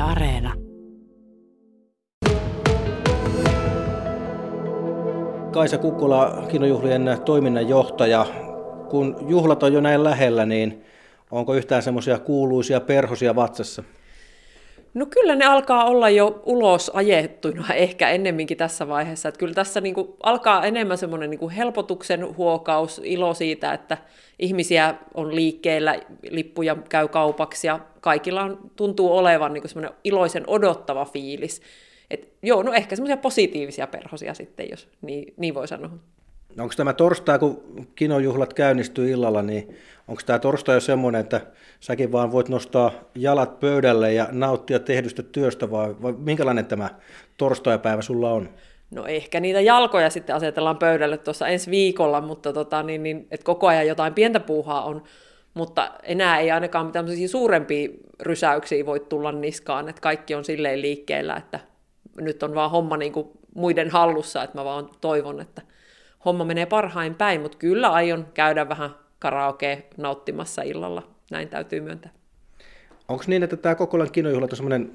Areena. Kaisa Kukkola, kinojuhlien toiminnanjohtaja. Kun juhlat on jo näin lähellä, niin onko yhtään semmoisia kuuluisia perhosia vatsassa? No kyllä ne alkaa olla jo ulos ajettuina ehkä ennemminkin tässä vaiheessa. Että kyllä tässä niinku alkaa enemmän semmoinen niinku helpotuksen huokaus, ilo siitä, että ihmisiä on liikkeellä, lippuja käy kaupaksi ja kaikilla tuntuu olevan niinku semmoinen iloisen odottava fiilis. No ehkä semmoisia positiivisia perhosia sitten, jos niin voi sanoa. Onko tämä torstai, kun kinojuhlat käynnistyy illalla, niin onko tämä torstai jo semmoinen, että säkin vaan voit nostaa jalat pöydälle ja nauttia tehdystä työstä, vai minkälainen tämä torstaipäivä sulla on? No ehkä niitä jalkoja sitten asetellaan pöydälle tuossa ensi viikolla, mutta että koko ajan jotain pientä puuhaa on, mutta enää ei ainakaan mitään suurempia rysäyksiä voi tulla niskaan, että kaikki on silleen liikkeellä, että nyt on vaan homma niin kuin muiden hallussa, että mä vaan toivon, että homma menee parhain päin, mutta kyllä aion käydä vähän karaokea nauttimassa illalla, näin täytyy myöntää. Onko niin, että tämä Kokkolan kinojuhlat on semmoinen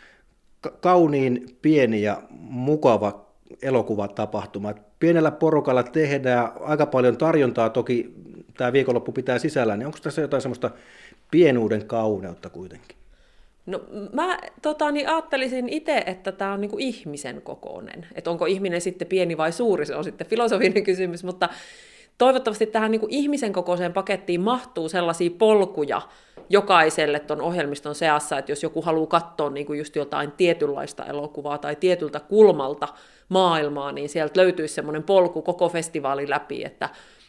kauniin, pieni ja mukava elokuvatapahtuma? Pienellä porukalla tehdään aika paljon tarjontaa, toki tämä viikonloppu pitää sisällä, niin onko tässä jotain semmoista pienuuden kauneutta kuitenkin? No mä ajattelisin itse, että tämä on niinku ihmisen kokoinen. Että onko ihminen sitten pieni vai suuri, se on sitten filosofinen kysymys, mutta toivottavasti tähän niinku ihmisen kokoiseen pakettiin mahtuu sellaisia polkuja jokaiselle tuon ohjelmiston seassa, että jos joku haluaa katsoa niinku just jotain tietynlaista elokuvaa tai tietyltä kulmalta maailmaa, niin sieltä löytyisi semmoinen polku koko festivaalin läpi, että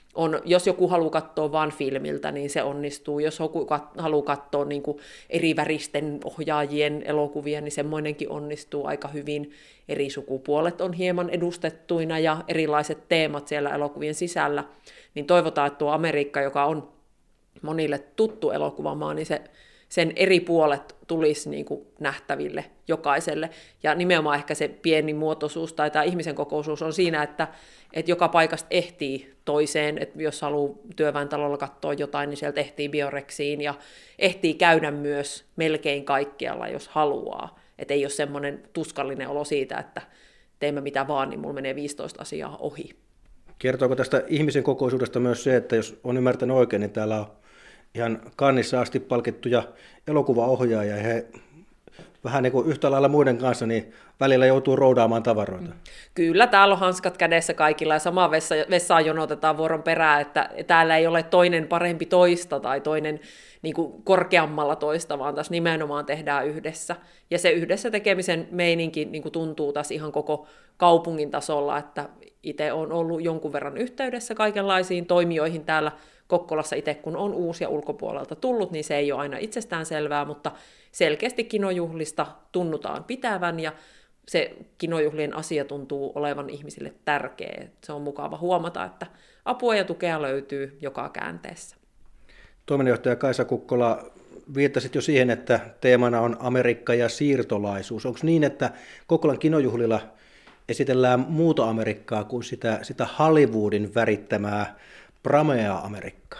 jos joku haluaa katsoa vain filmiltä, niin se onnistuu. Jos joku haluaa katsoa niin kuin eri väristen ohjaajien elokuvia, niin semmoinenkin onnistuu aika hyvin. Eri sukupuolet on hieman edustettuina ja erilaiset teemat siellä elokuvien sisällä. Niin toivotaan, että tuo Amerikka, joka on monille tuttu elokuvamaa, niin sen eri puolet tulisi niin kuin nähtäville jokaiselle. Ja nimenomaan ehkä se pieni muotoisuus tai tämä ihmisen kokoisuus on siinä, että joka paikasta ehtii toiseen, että jos haluaa työväentalolla katsoa jotain, niin sieltä ehtii Biorexiin ja ehtii käydä myös melkein kaikkialla, jos haluaa. Että ei ole semmoinen tuskallinen olo siitä, että teemme mitä vaan, niin mulla menee 15 asiaa ohi. Kertooko tästä ihmisen kokoisuudesta myös se, että jos on ymmärtänyt oikein, niin täällä on ihan Cannesissa asti palkittuja elokuvaohjaajia, ja he vähän niin kuin yhtä lailla muiden kanssa, niin välillä joutuu roudaamaan tavaroita. Kyllä, täällä on hanskat kädessä kaikilla ja samaan vessaan jonotetaan vuoron perään, että täällä ei ole toinen parempi toista tai toinen niin kuin korkeammalla toista, vaan tässä nimenomaan tehdään yhdessä. Ja se yhdessä tekemisen meininki niin kuin tuntuu tässä ihan koko kaupungin tasolla, että itse olen ollut jonkun verran yhteydessä kaikenlaisiin toimijoihin täällä Kokkolassa itse, kun on uusi ja ulkopuolelta tullut, niin se ei ole aina itsestään selvää, mutta selkeästi kinojuhlista tunnutaan pitävän ja se kinojuhlien asia tuntuu olevan ihmisille tärkeä. Se on mukava huomata, että apua ja tukea löytyy joka käänteessä. Toiminnanjohtaja Kaisa Kukkola, viittasit jo siihen, että teemana on Amerikka ja siirtolaisuus. Onko niin, että Kokkolan kinojuhlilla esitellään muuta Amerikkaa kuin sitä Hollywoodin värittämää prameaa Amerikkaa?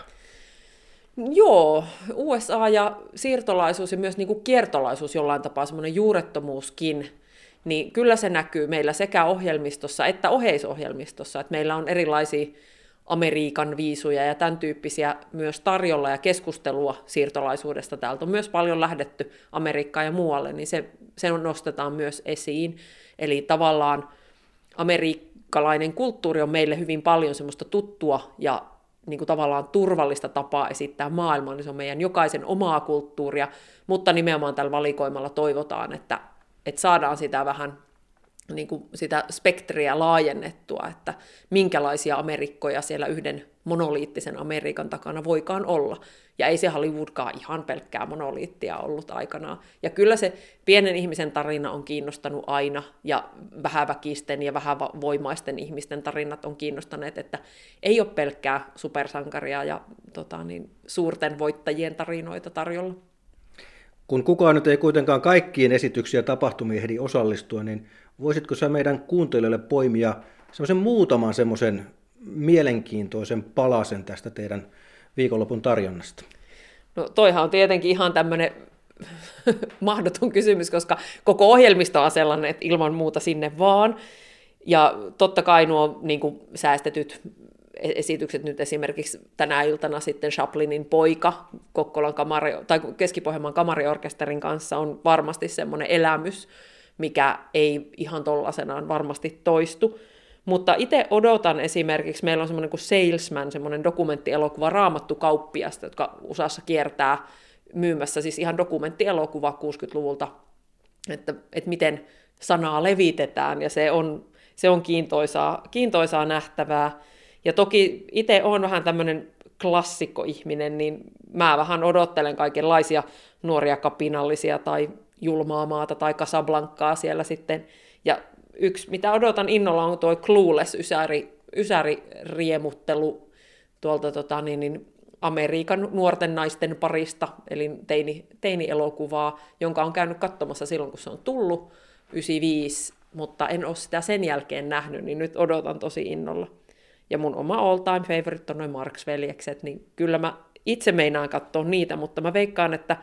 Joo, USA ja siirtolaisuus ja myös niin kuin kiertolaisuus jollain tapaa, semmoinen juurettomuuskin, niin kyllä se näkyy meillä sekä ohjelmistossa että oheisohjelmistossa, että meillä on erilaisia Amerikan viisuja ja tämän tyyppisiä myös tarjolla ja keskustelua siirtolaisuudesta. Täältä on myös paljon lähdetty Amerikkaan ja muualle, niin se nostetaan myös esiin. Eli tavallaan amerikkalainen kulttuuri on meille hyvin paljon semmoista tuttua ja niin kuin tavallaan turvallista tapaa esittää maailmaa, niin se on meidän jokaisen omaa kulttuuria, mutta nimenomaan tällä valikoimalla toivotaan, että saadaan sitä vähän niin kuin sitä spektriä laajennettua, että minkälaisia Amerikkoja siellä yhden monoliittisen Amerikan takana voikaan olla. Ja ei se Hollywoodkaan ihan pelkkää monoliittia ollut aikanaan. Ja kyllä se pienen ihmisen tarina on kiinnostanut aina, ja vähäväkisten ja vähävoimaisten ihmisten tarinat on kiinnostaneet, että ei ole pelkkää supersankaria ja suurten voittajien tarinoita tarjolla. Kun kukaan nyt ei kuitenkaan kaikkiin esityksiin ja tapahtumiin ehdi osallistua, niin voisitko sä meidän kuuntelijoille poimia semmoisen muutaman semmoisen mielenkiintoisen palasen tästä teidän viikonlopun tarjonnasta? No toihan on tietenkin ihan tämmöinen mahdoton kysymys, koska koko ohjelmisto on sellainen, että ilman muuta sinne vaan. Ja totta kai nuo niin kuin säästetyt esitykset nyt esimerkiksi tänä iltana sitten Chaplinin poika Kokkolan tai Keski-Pohjanmaan kamariorkesterin kanssa on varmasti semmoinen elämys, mikä ei ihan tollasenaan varmasti toistu. Mutta itse odotan esimerkiksi, meillä on semmoinen kuin Salesman, semmoinen dokumenttielokuva Raamattu kauppiasta, jotka USAssa kiertää myymässä siis ihan dokumenttielokuva 60-luvulta, että miten sanaa levitetään, ja se on kiintoisaa nähtävää. Ja toki itse olen vähän tämmöinen klassikkoihminen, niin mä vähän odottelen kaikenlaisia nuoria kapinallisia tai julmaa maata tai Casablancaa siellä sitten. Ja yksi, mitä odotan innolla, on tuo Clueless ysäririemuttelu tuolta Amerikan nuorten naisten parista, eli teini-elokuvaa, jonka on käynyt katsomassa silloin, kun se on tullut, 95, mutta en ole sitä sen jälkeen nähnyt, niin nyt odotan tosi innolla. Ja mun oma all-time favorite on noin Marx-veljekset, niin kyllä mä itse meinaan katsoa niitä, mutta mä veikkaan, että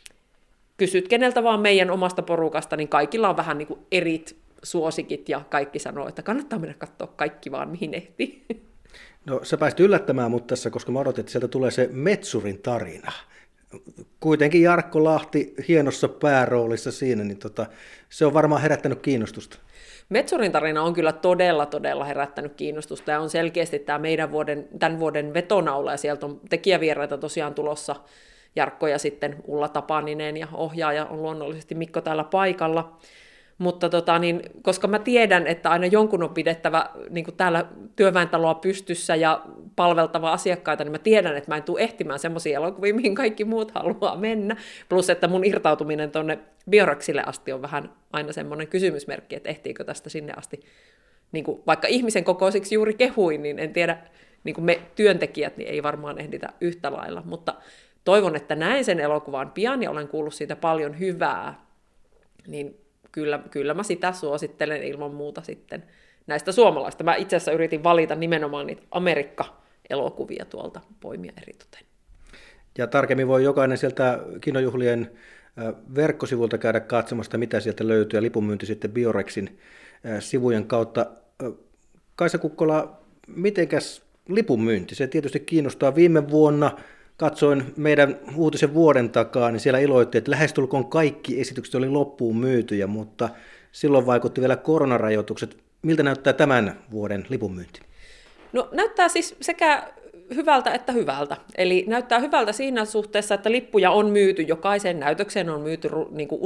kysyt keneltä vaan meidän omasta porukasta, niin kaikilla on vähän niin kuin erit suosikit, ja kaikki sanoo, että kannattaa mennä katsoa kaikki vaan, mihin ehtii. No sä pääsit yllättämään mut tässä, koska mä odotin, että sieltä tulee se Metsurin tarina. Kuitenkin Jarkko Lahti hienossa pääroolissa siinä, niin se on varmaan herättänyt kiinnostusta. Metsurin tarina on kyllä todella herättänyt kiinnostusta, ja on selkeästi tämä tämän vuoden vetonaula, ja sieltä on tekijävieraita tosiaan tulossa, Jarkko ja sitten Ulla Tapaninen, ja ohjaaja on luonnollisesti Mikko täällä paikalla. Mutta koska mä tiedän, että aina jonkun on pidettävä niin kuin täällä työväentaloa pystyssä ja palveltava asiakkaita, niin mä tiedän, että mä en tule ehtimään semmoisia elokuvia, mihin kaikki muut haluaa mennä. Plus, että mun irtautuminen tuonne Bioraxille asti on vähän aina semmoinen kysymysmerkki, että ehtiikö tästä sinne asti. Niin kuin vaikka ihmisen kokoisiksi juuri kehuin, niin en tiedä, niin kuin me työntekijät niin ei varmaan ehditä yhtä lailla. Mutta toivon, että näen sen elokuvan pian ja olen kuullut siitä paljon hyvää, niin Kyllä mä sitä suosittelen ilman muuta sitten näistä suomalaista. Mä itse asiassa yritin valita nimenomaan niitä Amerikka-elokuvia tuolta poimia eritoten. Ja tarkemmin voi jokainen sieltä kinojuhlien verkkosivulta käydä katsomasta, mitä sieltä löytyy, ja lipunmyynti sitten Biorexin sivujen kautta. Kaisa Kukkola, mitenkäs lipunmyynti? Se tietysti kiinnostaa. Viime vuonna katsoin meidän uutisen vuoden takaa, niin siellä iloitti, että lähestulkoon kaikki esitykset oli loppuun myytyjä, mutta silloin vaikutti vielä koronarajoitukset. Miltä näyttää tämän vuoden lipunmyynti? No näyttää siis sekä hyvältä että hyvältä. Eli näyttää hyvältä siinä suhteessa, että lippuja on myyty, jokaiseen näytökseen on myyty niin kuin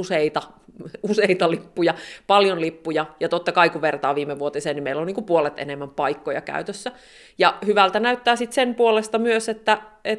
useita lippuja, paljon lippuja, ja totta kai kun vertaa viime vuotiseen, niin meillä on niin kuin puolet enemmän paikkoja käytössä. Ja hyvältä näyttää sitten sen puolesta myös, että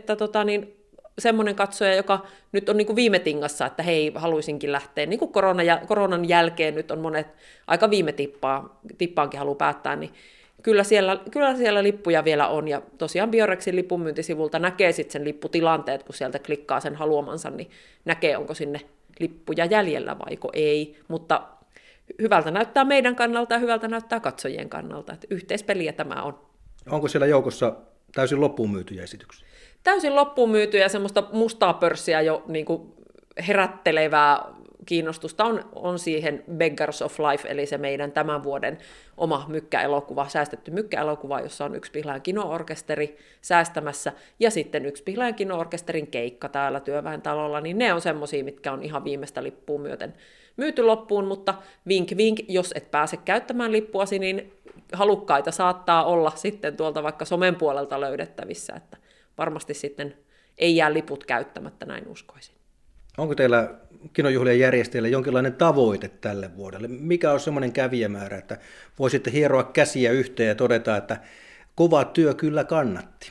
semmoinen katsoja, joka nyt on niin kuin viime tingassa, että hei, haluaisinkin lähteä, niin kuin koronan jälkeen nyt on monet aika viime tippaankin haluaa päättää, niin kyllä siellä lippuja vielä on, ja tosiaan Biorexin lipunmyyntisivulta näkee sitten sen lipputilanteet, kun sieltä klikkaa sen haluamansa, niin näkee, onko sinne lippuja jäljellä vaiko ei, mutta hyvältä näyttää meidän kannalta ja hyvältä näyttää katsojien kannalta, että yhteispeliä tämä on. Onko siellä joukossa täysin loppuun myytyjä esityksiä? Täysin loppuun myytyjä ja semmoista mustaa pörssiä jo niin kuin herättelevää kiinnostusta on siihen Beggars of Life, eli se meidän tämän vuoden oma mykkäelokuva, säästetty mykkäelokuva, jossa on Yksi Pihlajan kino-orkesteri säästämässä, ja sitten Yksi Pihlajan kino-orkesterin keikka täällä Työväentalolla, niin ne on semmosia, mitkä on ihan viimeistä lippuun myöten myyty loppuun, mutta vink vink, jos et pääse käyttämään lippuasi, niin halukkaita saattaa olla sitten tuolta vaikka somen puolelta löydettävissä, että varmasti sitten ei jää liput käyttämättä, näin uskoisin. Onko teillä kinojuhlien järjestäjillä jonkinlainen tavoite tälle vuodelle? Mikä on semmoinen kävijämäärä, että voisitte hieroa käsiä yhteen ja todeta, että kova työ kyllä kannatti?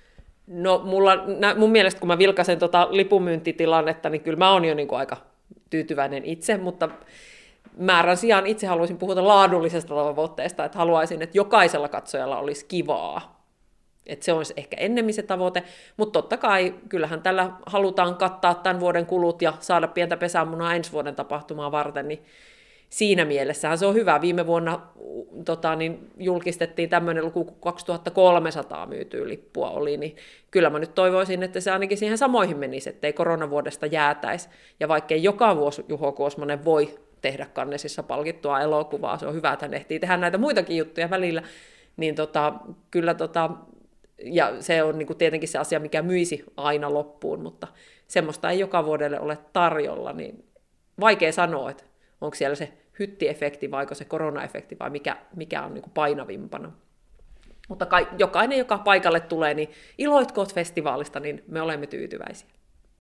No mun mielestä, kun mä vilkaisen lipunmyyntitilannetta, niin kyllä mä oon jo niin kuin aika tyytyväinen itse, mutta määrän sijaan itse haluaisin puhua laadullisesta tavoitteesta, että haluaisin, että jokaisella katsojalla olisi kivaa. Että se olisi ehkä ennemmin se tavoite, mutta totta kai kyllähän tällä halutaan kattaa tämän vuoden kulut ja saada pientä pesämunaa ensi vuoden tapahtumaa varten, niin siinä mielessähän se on hyvä. Viime vuonna julkistettiin tämmöinen luku, kun 2300 myytyä lippua oli, niin kyllä mä nyt toivoisin, että se ainakin siihen samoihin menisi, ettei koronavuodesta jäätäisi. Ja vaikkei joka vuosi Juho Kuosmanen voi tehdä Cannesissa palkittua elokuvaa, se on hyvä, että hän ehtii tehdä näitä muitakin juttuja välillä, niin kyllä ja se on niin kuin tietenkin se asia, mikä myisi aina loppuun, mutta semmoista ei joka vuodelle ole tarjolla, niin vaikea sanoa, että onko siellä se hyttiefekti vai se koronaefekti vai mikä on niin kuin painavimpana. Mutta jokainen, joka paikalle tulee, niin iloitkoot festivaalista, niin me olemme tyytyväisiä.